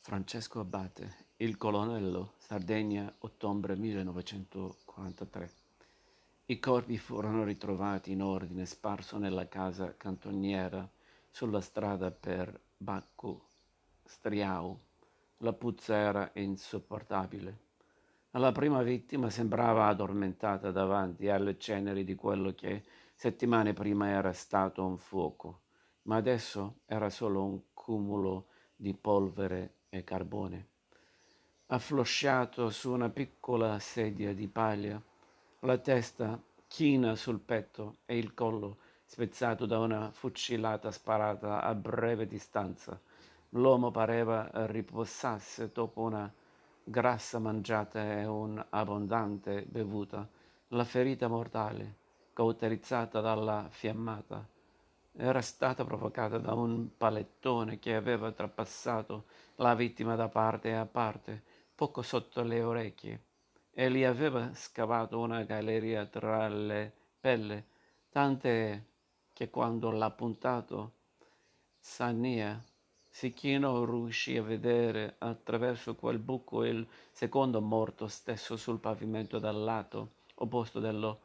Francesco Abate, Il colonnello, Sardegna, ottobre 1943. I corpi furono ritrovati in ordine sparso nella casa cantoniera sulla strada per Bacco Striau. La puzza era insopportabile. La prima vittima sembrava addormentata davanti alle ceneri di quello che settimane prima era stato un fuoco, ma adesso era solo un cumulo di polvere e carbone. Afflosciato su una piccola sedia di paglia, la testa china sul petto e il collo spezzato da una fucilata sparata a breve distanza, l'uomo pareva riposasse dopo una grassa mangiata e un'abbondante bevuta. La ferita mortale, cauterizzata dalla fiammata, era stata provocata da un palettone che aveva trapassato la vittima da parte a parte, poco sotto le orecchie, e gli aveva scavato una galleria tra le pelle, tante che quando l'ha puntato Sania si chinò, riuscì a vedere attraverso quel buco il secondo morto stesso sul pavimento dal lato opposto dello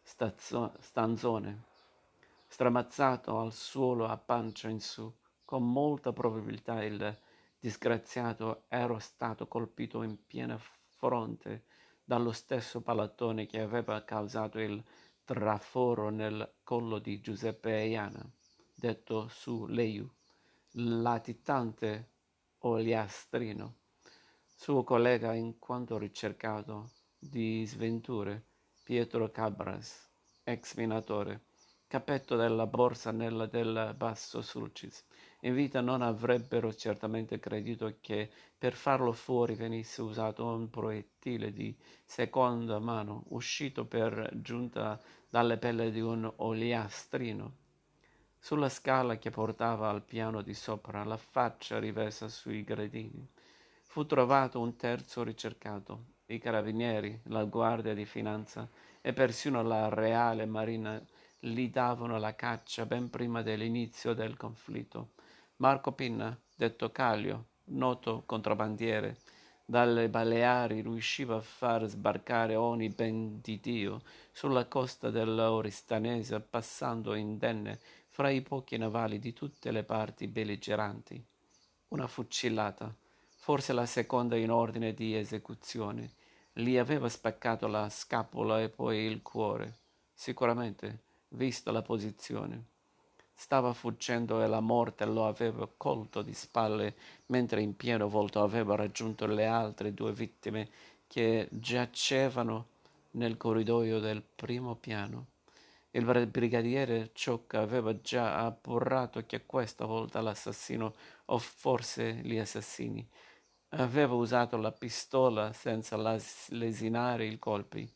stanzone, stramazzato al suolo a pancia in su. Con molta probabilità il disgraziato era stato colpito in piena fronte dallo stesso palattone che aveva causato il traforo nel collo di Giuseppe Eiana, detto su Leiu, latitante Oliastrino, suo collega in quanto ricercato di sventure, Pietro Cabras, ex minatore, capetto della borsa nella del Basso Sulcis. In vita non avrebbero certamente creduto che per farlo fuori venisse usato un proiettile di seconda mano, uscito per giunta dalle pelle di un oliastrino. Sulla scala che portava al piano di sopra, la faccia rivesa sui gradini, fu trovato un terzo ricercato. I carabinieri, la guardia di finanza e persino la Reale Marina gli davano la caccia ben prima dell'inizio del conflitto. Marco Pinna, detto Calio, noto contrabbandiere, dalle Baleari riusciva a far sbarcare ogni ben di Dio sulla costa dell'Oristanese, passando indenne fra i pochi navali di tutte le parti belligeranti. Una fucilata, forse la seconda in ordine di esecuzione, gli aveva spaccato la scapola e poi il cuore. Sicuramente, vista la posizione. Stava fuggendo e la morte lo aveva colto di spalle mentre in pieno volto aveva raggiunto le altre due vittime che giacevano nel corridoio del primo piano. Il brigadiere Ciocca aveva già appurato che questa volta l'assassino, o forse gli assassini, aveva usato la pistola senza lesinare i colpi.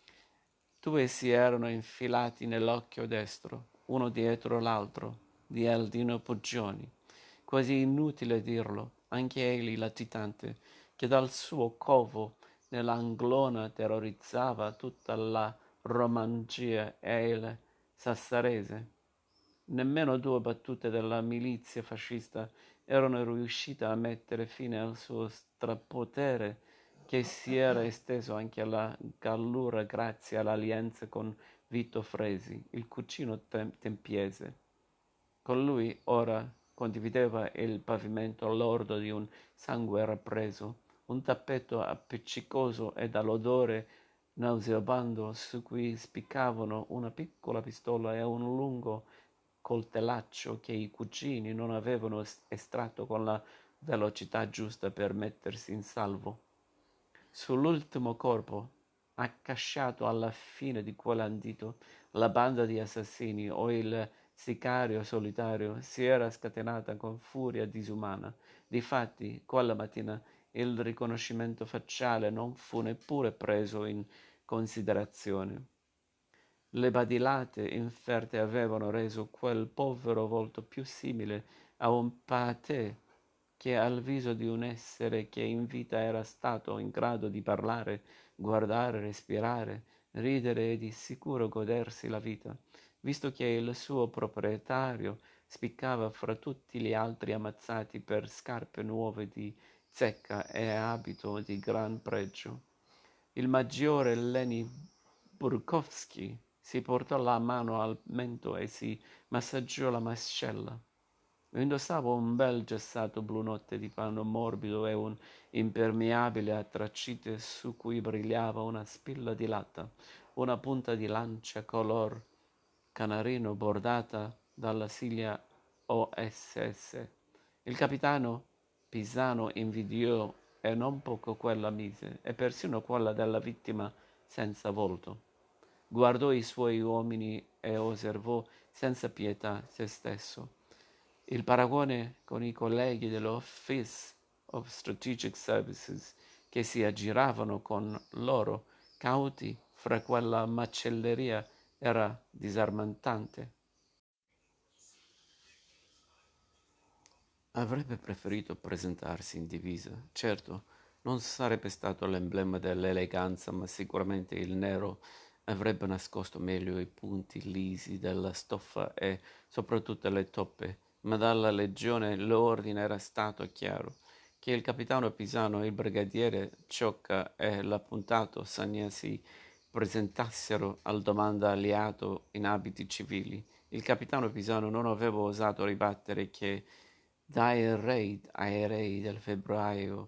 Due si erano infilati nell'occhio destro, uno dietro l'altro, di Aldino Poggioni. Quasi inutile dirlo, anche egli latitante, che dal suo covo nell'Anglona terrorizzava tutta la Romangia e il Sassarese. Nemmeno due battute della milizia fascista erano riuscite a mettere fine al suo strapotere che si era esteso anche alla Gallura grazie all'alleanza con Vito Fresi, il cugino tempiese. Con lui ora condivideva il pavimento lordo di un sangue rappreso, un tappeto appiccicoso e dall'odore nauseabondo su cui spiccavano una piccola pistola e un lungo coltellaccio che i cugini non avevano estratto con la velocità giusta per mettersi in salvo. Sull'ultimo corpo, accasciato alla fine di quell'andito, la banda di assassini o il sicario solitario si era scatenata con furia disumana. Difatti, quella mattina il riconoscimento facciale non fu neppure preso in considerazione. Le badilate inferte avevano reso quel povero volto più simile a un patè che al viso di un essere che in vita era stato in grado di parlare, guardare, respirare, ridere e di sicuro godersi la vita, visto che il suo proprietario spiccava fra tutti gli altri ammazzati per scarpe nuove di zecca e abito di gran pregio. Il maggiore Leni Burkowski si portò la mano al mento e si massaggiò la mascella. Indossava un bel gessato blu notte di panno morbido e un impermeabile a tracite su cui brillava una spilla di latta, una punta di lancia color canarino bordata dalla sigla OSS. Il capitano Pisano invidiò e non poco quella mise, e persino quella della vittima senza volto. Guardò i suoi uomini e osservò senza pietà se stesso. Il paragone con i colleghi dell'Office of Strategic Services che si aggiravano con loro cauti fra quella macelleria era disarmantante. Avrebbe preferito presentarsi in divisa. Certo, non sarebbe stato l'emblema dell'eleganza, ma sicuramente il nero avrebbe nascosto meglio i punti lisi della stoffa e soprattutto le toppe, ma dalla legione l'ordine era stato chiaro, che il capitano Pisano, il brigadiere Ciocca e l'appuntato Sagna si presentassero al domanda aliato in abiti civili. Il capitano Pisano non aveva osato ribattere che dai raid aerei del febbraio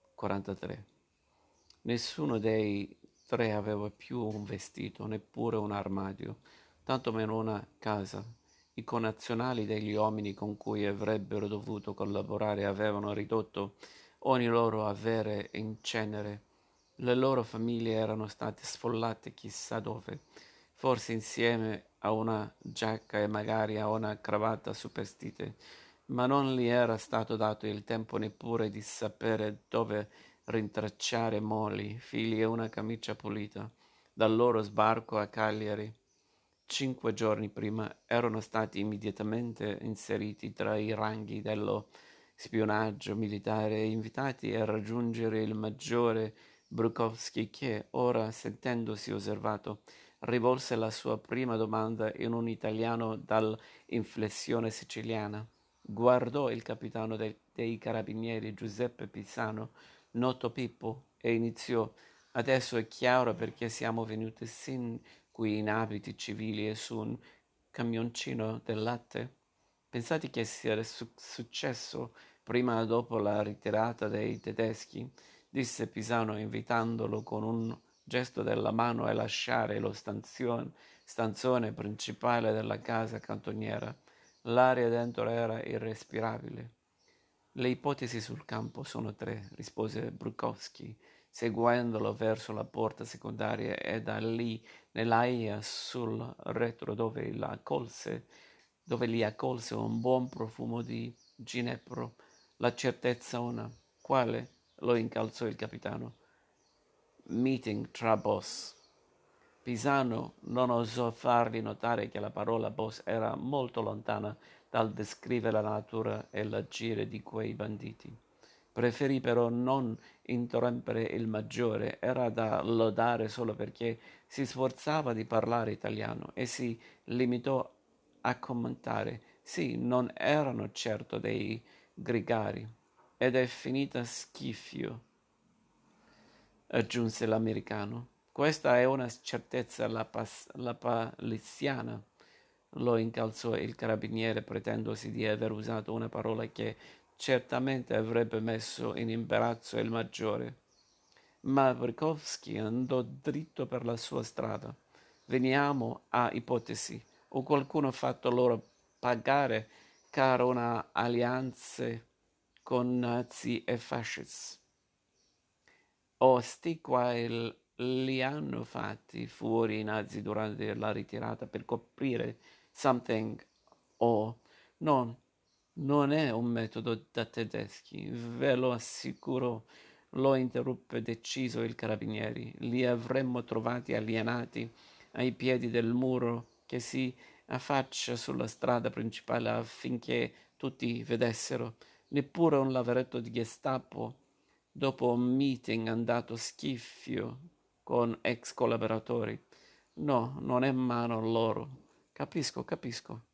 43. Nessuno dei tre aveva più un vestito, neppure un armadio, tantomeno una casa. I connazionali degli uomini con cui avrebbero dovuto collaborare avevano ridotto ogni loro avere in cenere. Le loro famiglie erano state sfollate chissà dove, forse insieme a una giacca e magari a una cravatta superstite, ma non gli era stato dato il tempo neppure di sapere dove rintracciare moli, fili e una camicia pulita. Dal loro sbarco a Cagliari 5 giorni prima erano stati immediatamente inseriti tra i ranghi dello spionaggio militare e invitati a raggiungere il maggiore Brukowski che, ora sentendosi osservato, rivolse la sua prima domanda in un italiano dall'inflessione siciliana. Guardò il capitano dei carabinieri Giuseppe Pisano, noto Pippo, e iniziò: Adesso è chiaro perché siamo venuti sin qui in abiti civili e su un camioncino del latte. Pensate che sia successo prima o dopo la ritirata dei tedeschi? Disse Pisano invitandolo con un gesto della mano a lasciare lo stanzone principale della casa cantoniera. L'aria dentro era irrespirabile. Le ipotesi sul campo sono tre, rispose Brukowski, seguendolo verso la porta secondaria e da lì nell'aia sul retro dove li accolse un buon profumo di ginepro. La certezza una. Quale? Lo incalzò il capitano. Meeting tra boss. Pisano non osò fargli notare che la parola boss era molto lontana dal descrivere la natura e l'agire di quei banditi. Preferì però non interrompere il maggiore, era da lodare solo perché si sforzava di parlare italiano e si limitò a commentare: sì, non erano certo dei gregari. Ed è finita schifio, aggiunse l'americano. Questa è una certezza lapalissiana, lo incalzò il carabiniere pretendosi di aver usato una parola che certamente avrebbe messo in imbarazzo il maggiore. Ma Brikowski andò dritto per la sua strada. Veniamo a ipotesi. O qualcuno ha fatto loro pagare caro una alleanza con nazi e fascisti. O sti qua li hanno fatti fuori i nazi durante la ritirata per coprire something o no, non è un metodo da tedeschi, ve lo assicuro, lo interruppe deciso il carabinieri. Li avremmo trovati alienati ai piedi del muro che si affaccia sulla strada principale affinché tutti vedessero. Neppure un lavoretto di Gestapo dopo un meeting andato schiffio con ex collaboratori. No, non è mano loro. Capisco, capisco.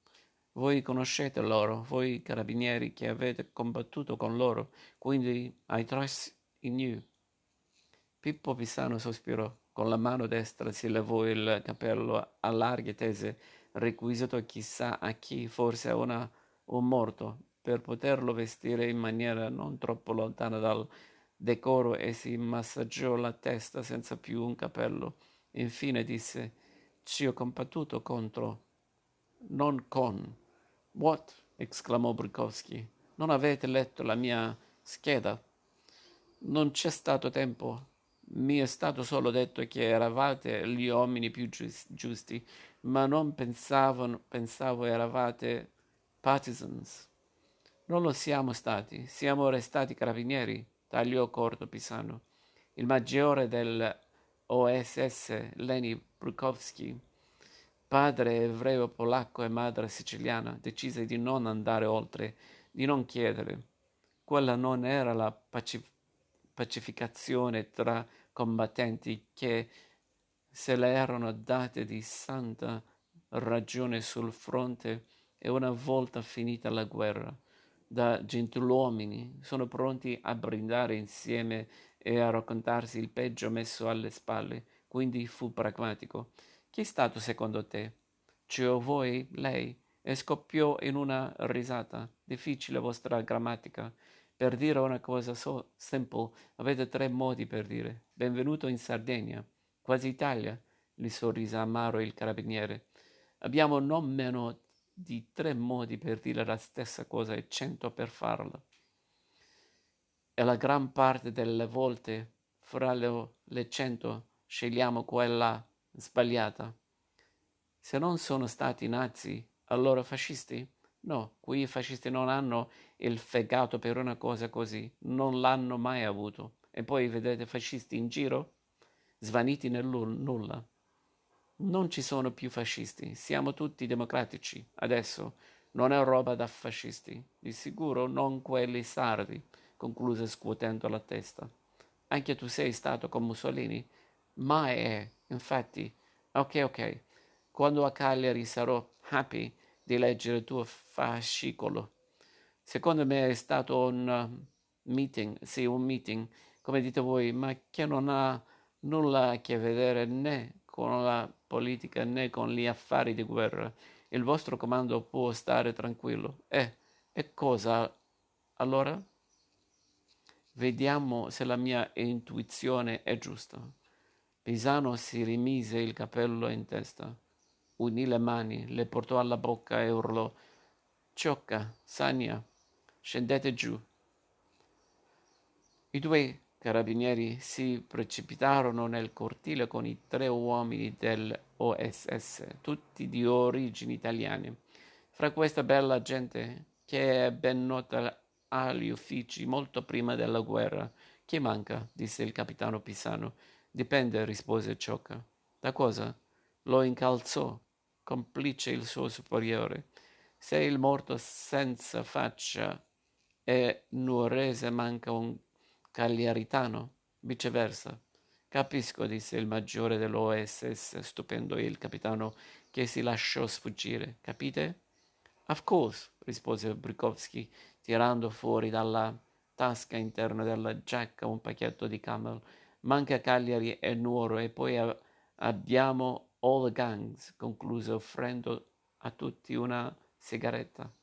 Voi conoscete loro, voi carabinieri che avete combattuto con loro, quindi I trust in you. Pippo Pisano sospirò. Con la mano destra si levò il cappello a larghe tese, requisito chissà a chi, forse a un morto, per poterlo vestire in maniera non troppo lontana dal decoro e si massaggiò la testa senza più un cappello. Infine disse: Ci ho combattuto contro, non con. What? Esclamò Brukowski. Non avete letto la mia scheda? Non c'è stato tempo. Mi è stato solo detto che eravate gli uomini più giusti, ma non pensavo eravate partisans. Non lo siamo stati, siamo restati carabinieri, tagliò corto Pisano. Il maggiore del OSS, Leni Brukowski, padre ebreo polacco e madre siciliana, decise di non andare oltre, di non chiedere. Quella non era la pacificazione tra combattenti che se le erano date di santa ragione sul fronte e una volta finita la guerra, da gentiluomini, sono pronti a brindare insieme e a raccontarsi il peggio messo alle spalle. Quindi fu pragmatico. Chi è stato secondo te? Cioè voi, lei? E scoppiò in una risata. Difficile vostra grammatica. Per dire una cosa simple, avete tre modi per dire. Benvenuto in Sardegna. Quasi Italia, gli sorrise amaro il carabiniere. Abbiamo non meno di tre modi per dire la stessa cosa e 100 per farla. E la gran parte delle volte, fra le 100, scegliamo quella sbagliata. Se non sono stati nazi, allora fascisti? No, qui i fascisti non hanno il fegato per una cosa così, non l'hanno mai avuto. E poi vedete fascisti in giro, svaniti nel nulla. Non ci sono più fascisti, siamo tutti democratici. Adesso non è roba da fascisti, di sicuro non quelli sardi, concluse scuotendo la testa. Anche tu sei stato con Mussolini? Mai è, infatti. Ok. Quando a Cagliari sarò happy di leggere il tuo fascicolo. Secondo me è stato un meeting, sì, un meeting, come dite voi, ma che non ha nulla a che vedere né con la politica né con gli affari di guerra. Il vostro comando può stare tranquillo. E cosa allora? Vediamo se la mia intuizione è giusta. Pisano si rimise il cappello in testa, unì le mani, le portò alla bocca e urlò: Ciocca, Sania, scendete giù. I due carabinieri si precipitarono nel cortile con i tre uomini dell'OSS, tutti di origini italiane. Fra questa bella gente, che è ben nota agli uffici molto prima della guerra, chi manca? Disse il capitano Pisano. Dipende, rispose Ciocca. Da cosa? Lo incalzò, complice il suo superiore. Se il morto senza faccia e nuorese manca un cagliaritano, viceversa. Capisco, disse il maggiore dell'OSS, stupendo il capitano che si lasciò sfuggire. Capite? Of course, rispose Brikowski, tirando fuori dalla tasca interna della giacca un pacchetto di Camel. Manca Cagliari e Nuoro e poi abbiamo all the gangs, concluse offrendo a tutti una sigaretta.